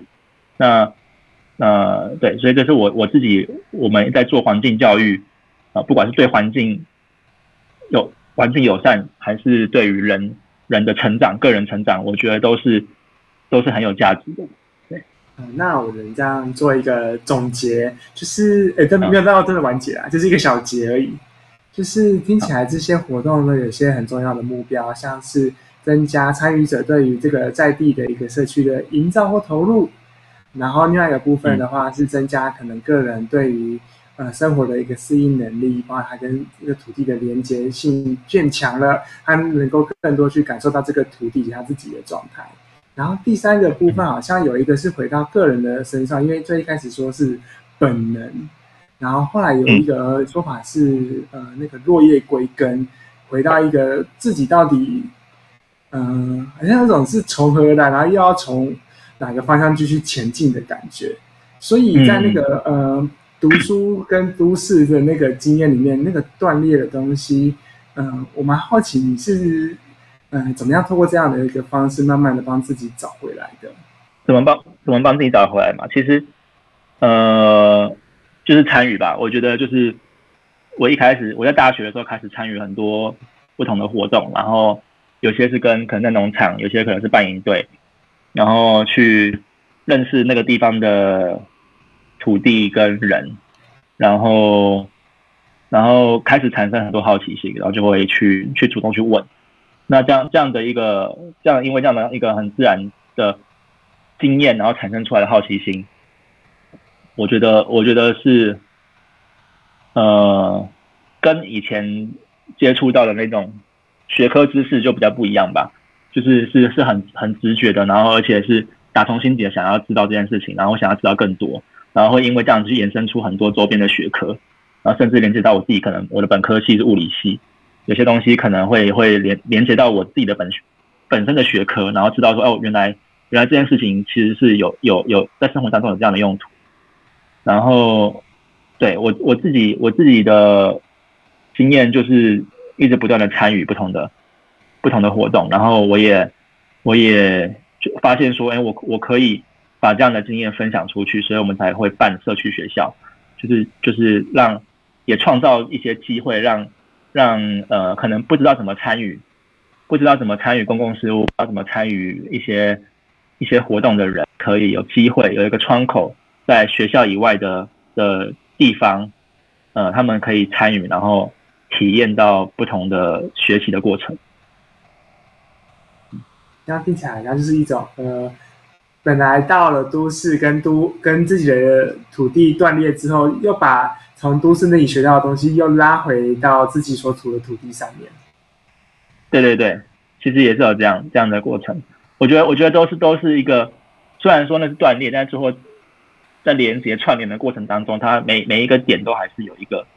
对，所以这是我自己，我们在做环境教育不管是对环境友善，还是对于人的成长、个人成长，我觉得都是很有价值的。对， 那我们这样做一个总结，就是但没有到真的完结啦，就是一个小结而已。就是听起来这些活动呢，有些很重要的目标，像是增加参与者对于这个在地的一个社区的营造或投入，然后另外一个部分的话是增加可能个人对于生活的一个适应能力，包括他跟这个土地的连结性变强了，他能够更多去感受到这个土地他自己的状态。然后第三个部分好像有一个是回到个人的身上，因为最一开始说是本能，然后后来有一个说法是那个落叶归根，回到一个自己到底好像那种是从何而来，然后又要从哪个方向继续前进的感觉。所以在那个读书跟都市的那个经验里面，那个断裂的东西，我蛮好奇你是怎么样透过这样的一个方式，慢慢的帮自己找回来的？ 怎么帮自己找回来嘛？其实就是参与吧。我觉得就是我在大学的时候开始参与很多不同的活动，然后有些是可能在农场，有些可能是办营队，然后去认识那个地方的土地跟人，然后开始产生很多好奇心，然后就会去主动去问。那因为这样的一个很自然的经验，然后产生出来的好奇心，我觉得是跟以前接触到的那种学科知识就比较不一样吧，就是很直觉的，然后而且是打从心底的想要知道这件事情，然后想要知道更多，然后会因为这样去延伸出很多周边的学科， 然后甚至连接到我自己，可能我的本科系是物理系，有些东西可能会连接到我自己的本身的学科，然后知道说，哦，原来这件事情其实是有在生活当中有这样的用途。然后，对我自己的经验就是一直不断的参与不同的活动，然后我也就发现说，我可以把这样的经验分享出去，所以我们才会办社区学校，就是也创造一些机会，让可能不知道怎么参与公共事务，不知道怎么参与一些活动的人，可以有机会有一个窗口，在学校以外的地方，他们可以参与，然后体验到不同的学习的过程。 这样听起来，它就是一种本来到了都市跟自己的土地断裂之后，又把从都市那里学到的东西又拉回到自己所处的土地上面。 对对对，其实也是有这样的过程。我觉得都是一个，虽然说那是断裂，但是最后在连接串联的过程当中，它每一个点都还是有一个，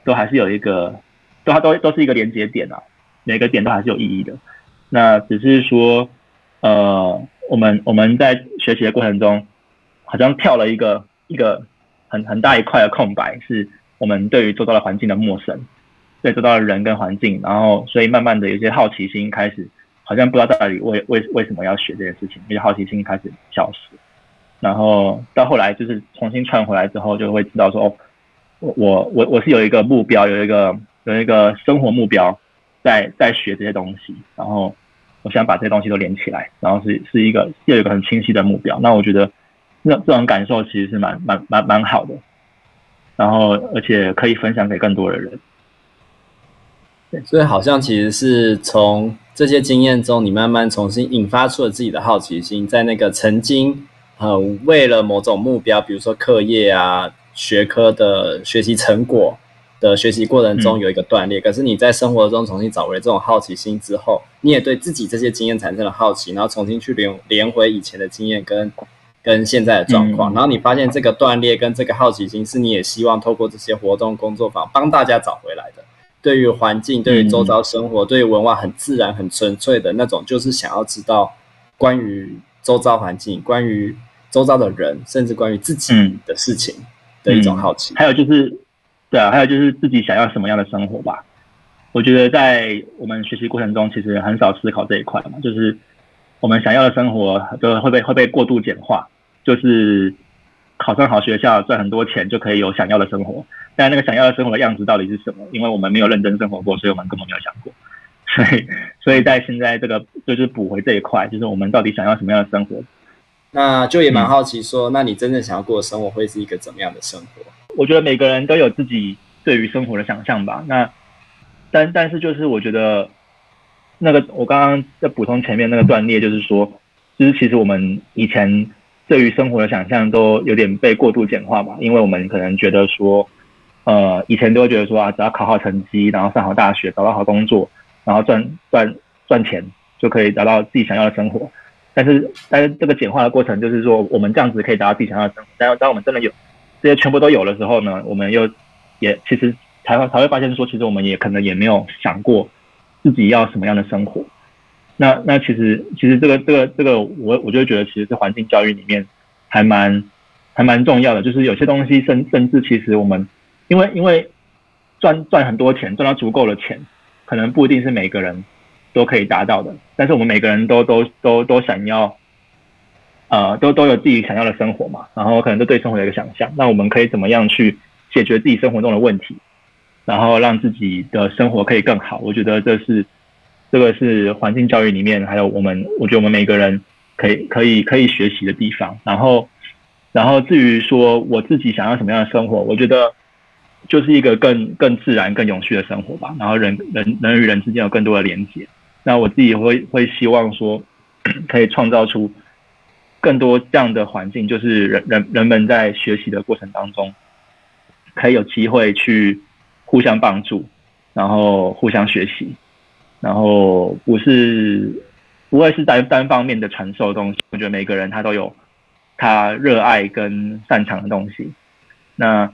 它都是一个连接点啊，每个点都还是有意义的。那只是说，我们在学习的过程中，好像跳了一个很大一块的空白，是我们对于周遭的环境的陌生，对周遭的人跟环境，然后所以慢慢的有些好奇心开始，好像不知道到底为什么要学这件事情，因为好奇心开始消失，然后到后来就是重新串回来之后，就会知道说，我是有一个目标，有一个生活目标，在学这些东西，然后我想把这些东西都连起来，然后是有一个很清晰的目标。那我觉得这种感受其实是蛮好的，然后而且可以分享给更多的人。 所以好像其实是从这些经验中，你慢慢重新引发出了自己的好奇心，在那个曾经为了某种目标，比如说课业啊、学科的学习成果的学习过程中有一个断裂，可是你在生活中重新找回这种好奇心之后，你也对自己这些经验产生了好奇，然后重新去连回以前的经验跟现在的状况，然后你发现这个断裂跟这个好奇心是你也希望透过这些活动工作坊帮大家找回来的。对于环境、对于周遭生活、对于文化很自然、很纯粹的那种，就是想要知道关于周遭环境、关于周遭的人，甚至关于自己的事情的一种好奇。 还有就是，对啊，还有就是自己想要什么样的生活吧。我觉得在我们学习过程中，其实很少思考这一块嘛，就是我们想要的生活就会被过度简化，就是考上好学校、赚很多钱就可以有想要的生活。但那个想要的生活的样子到底是什么？因为我们没有认真生活过，所以我们根本没有想过。所以在现在这个就是补回这一块，就是我们到底想要什么样的生活？ 那就也蛮好奇说，那你真正想要过的生活会是一个怎么样的生活？ 我觉得每个人都有自己对于生活的想象吧。那但是就是我觉得那个我刚刚在补充前面那个断裂，就是说，就是其实我们以前对于生活的想象都有点被过度简化嘛，因为我们可能觉得说。以前都会觉得说只要考好成绩，然后上好大学，找到好工作，然后赚钱，就可以达到自己想要的生活。但是这个简化的过程，就是说我们这样子可以达到自己想要的生活。但当我们真的有这些全部都有的时候呢，我们也其实才会发现说，其实我们也可能也没有想过自己要什么样的生活。那其实这个我就觉得其实是环境教育里面还蛮重要的，就是有些东西甚至其实我们。因为赚很多钱，赚到足够的钱，可能不一定是每个人都可以达到的。但是我们每个人都想要，都有自己想要的生活嘛。然后可能都对生活有一个想象。那我们可以怎么样去解决自己生活中的问题，然后让自己的生活可以更好？我觉得这个是环境教育里面，还有我觉得我们每个人可以学习的地方。然后至于说我自己想要什么样的生活，我觉得。就是一个更自然、更永续的生活吧。然后人与人之间有更多的连接。那我自己会希望说，可以创造出更多这样的环境，就是人们在学习的过程当中，可以有机会去互相帮助，然后互相学习，然后不会是单方面的传授的东西。我觉得每个人他都有他热爱跟擅长的东西。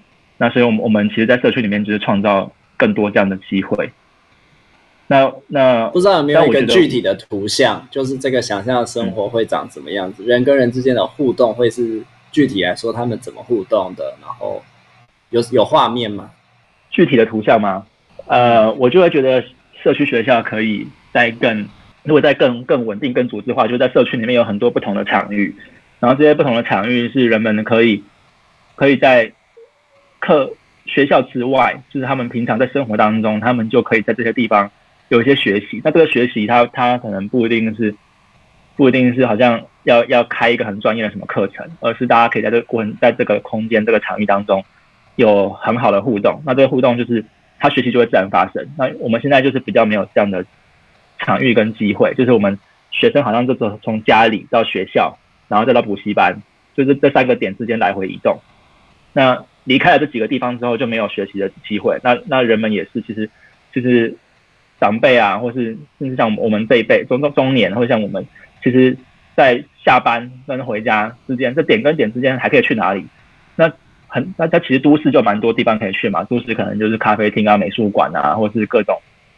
那所以我们其实，在社区里面就是创造更多这样的机会。那不知道有没有一个具体的图像，就是这个想象的生活会长怎么样子？人跟人之间的互动会是具体来说他们怎么互动的？然后有画面吗？ 具体的图像吗？我就会觉得社区学校可以如果再更稳定、更组织化，就在社区里面有很多不同的场域，然后这些不同的场域是人们可以在学校之外，就是他们平常在生活当中，他们就可以在这些地方有一些学习。那这个学习它可能不一定是好像要开一个很专业的什么课程，而是大家可以在这个空间、这个场域当中有很好的互动。那这个互动就是他学习就会自然发生。那我们现在就是比较没有这样的场域跟机会，就是我们学生好像就从家里到学校，然后再到补习班，就是这3个点之间来回移动。那离开了这几个地方之后，就没有学习的机会。那人们也是，其实长辈啊，或是甚至像我们这一辈中年，或者像我们，其实在下班跟回家之间，这点跟点之间还可以去哪里？那其实都市就蛮多地方可以去嘛。都市可能就是咖啡厅啊、美术馆啊，或是各种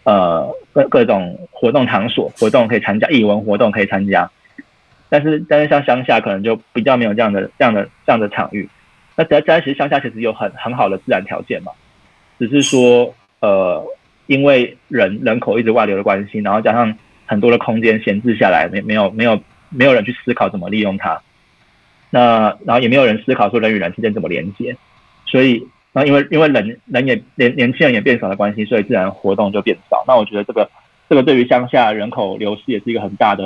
活动场所，活动可以参加，艺文活动可以参加。但是像乡下可能就比较没有这样的场域。那其实乡下其实有很好的自然条件嘛，只是说因为人口一直外流的关系，然后加上很多的空间闲置下来，没有人去思考怎么利用它。然后也没有人思考说人与人之间怎么连接，所以因为人也年轻人也变少的关系，所以自然活动就变少。那我觉得这个对于乡下人口流失也是一个很大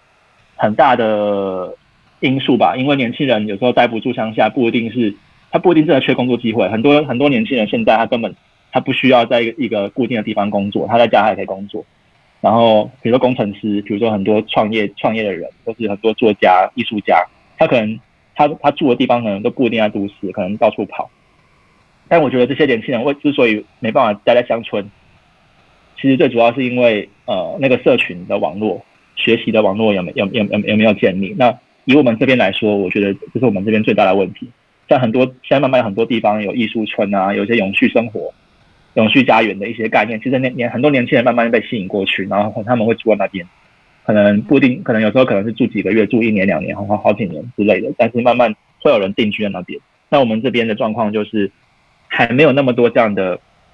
的因素吧。因为年轻人有时候待不住乡下，不一定真的缺工作机会。很多年轻人现在他不需要在一个固定的地方工作，他在家还可以工作。然后比如说工程师，比如说很多创业的人，或是很多作家、艺术家，他可能他住的地方可能都不一定在都市，可能到处跑。但我觉得这些年轻人之所以没办法待在乡村，其实最主要是因为那个社群的网络、学习的网络有没有建立。那以我们这边来说，我觉得这是我们这边最大的问题。像现在慢慢有很多地方有艺术村啊，有一些永续生活、永续家园的一些概念，其实很多年轻人慢慢被吸引过去，然后他们会住在那边。可能不一定，可能有时候可能是住几个月，住1年2年，好几年之类的，但是慢慢会有人定居在那边。那我们这边的状况就是还没有那么多这样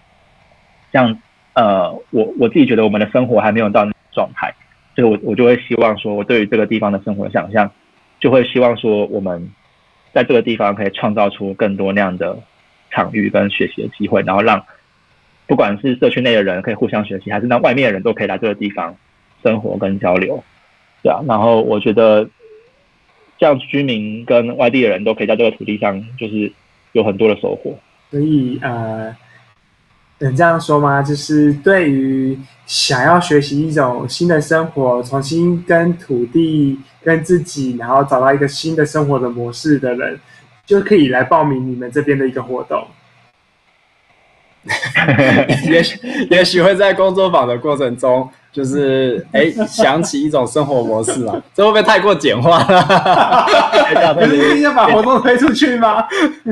我自己觉得我们的生活还没有到那种状态，所以我就会希望说，我对于这个地方的生活的想象，就会希望说我们在这个地方可以创造出更多那样的场域跟学习的机会，然后让不管是社区内的人可以互相学习，还是让外面的人都可以来这个地方生活跟交流，对啊。然后我觉得这样居民跟外地的人都可以在这个土地上，就是有很多的收获。 所以能这样说吗？就是对于想要学习一种新的生活，重新跟土地、跟自己，然后找到一个新的生活的模式的人，就可以来报名你们这边的一个活动。 也许会在工作坊的过程中，就是想起一种生活模式啊，这会不会太过简化了？ 不是一定要把活动推出去吗？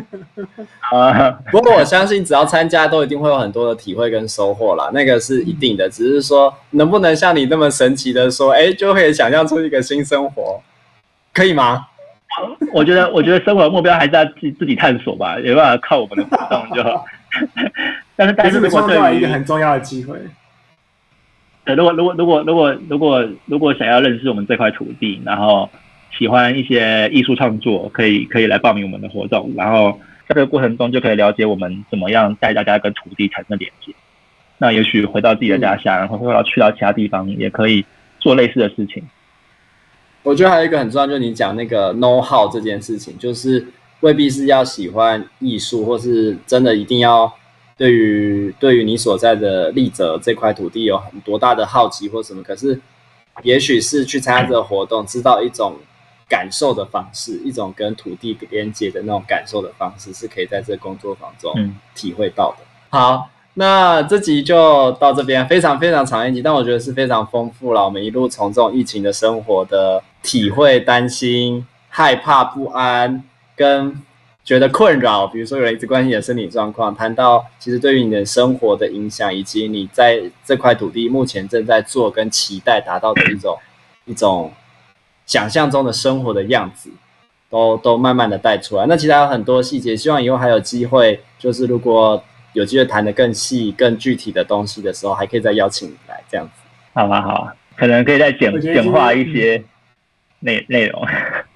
不过我相信，只要参加，都一定会有很多的体会跟收获啦，那个是一定的。只是说，能不能像你那么神奇的说，就可以想象出一个新生活，可以吗？ 我觉得生活的目标还是要自己探索吧，没办法靠我们的活动就好。但是如果创造一个很重要的机会， 如果想要认识我们这块土地，然后喜欢一些艺术创作，可以来报名我们的活动，然后在这个过程中就可以了解我们怎么样带大家跟土地产生连接。那也许回到自己的家乡，然后去到其他地方，也可以做类似的事情。 我觉得还有一个很重要，就是你讲那个 know how 这件事情，就是未必是要喜欢艺术，或是真的一定要对于你所在的立泽这块土地有很多大的好奇或什么，可是也许是去参加这个活动，知道一种感受的方式，一种跟土地连接的那种感受的方式，是可以在这个工作坊中体会到的。好，那这集就到这边，非常非常长一集，但我觉得是非常丰富了。我们一路从这种疫情的生活的体会、担心、害怕、不安，跟觉得困扰，比如说有人一直关心你的身体状况，谈到其实对于你的生活的影响，以及你在这块土地目前正在做跟期待达到的一种想象中的生活的样子，都慢慢的带出来。那其实还有很多细节，希望以后还有机会，就是如果有机会谈得更细、更具体的东西的时候，还可以再邀请你来这样子。 好啊好啊，可能可以再简化一些内容。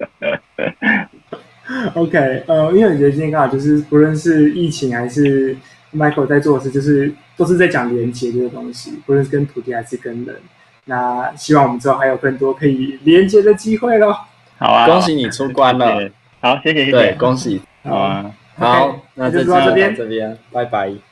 OK，因为我觉得今天刚好就是不论是疫情还是 Michael 在做的事，就是都是在讲连接这个东西，不论是跟土地还是跟人。那希望我们之后还有更多可以连接的机会咯。 好啊， 恭喜你出关了。 好，谢谢。 对，恭喜。 好啊， 好， okay， 那这集就到这边，拜拜。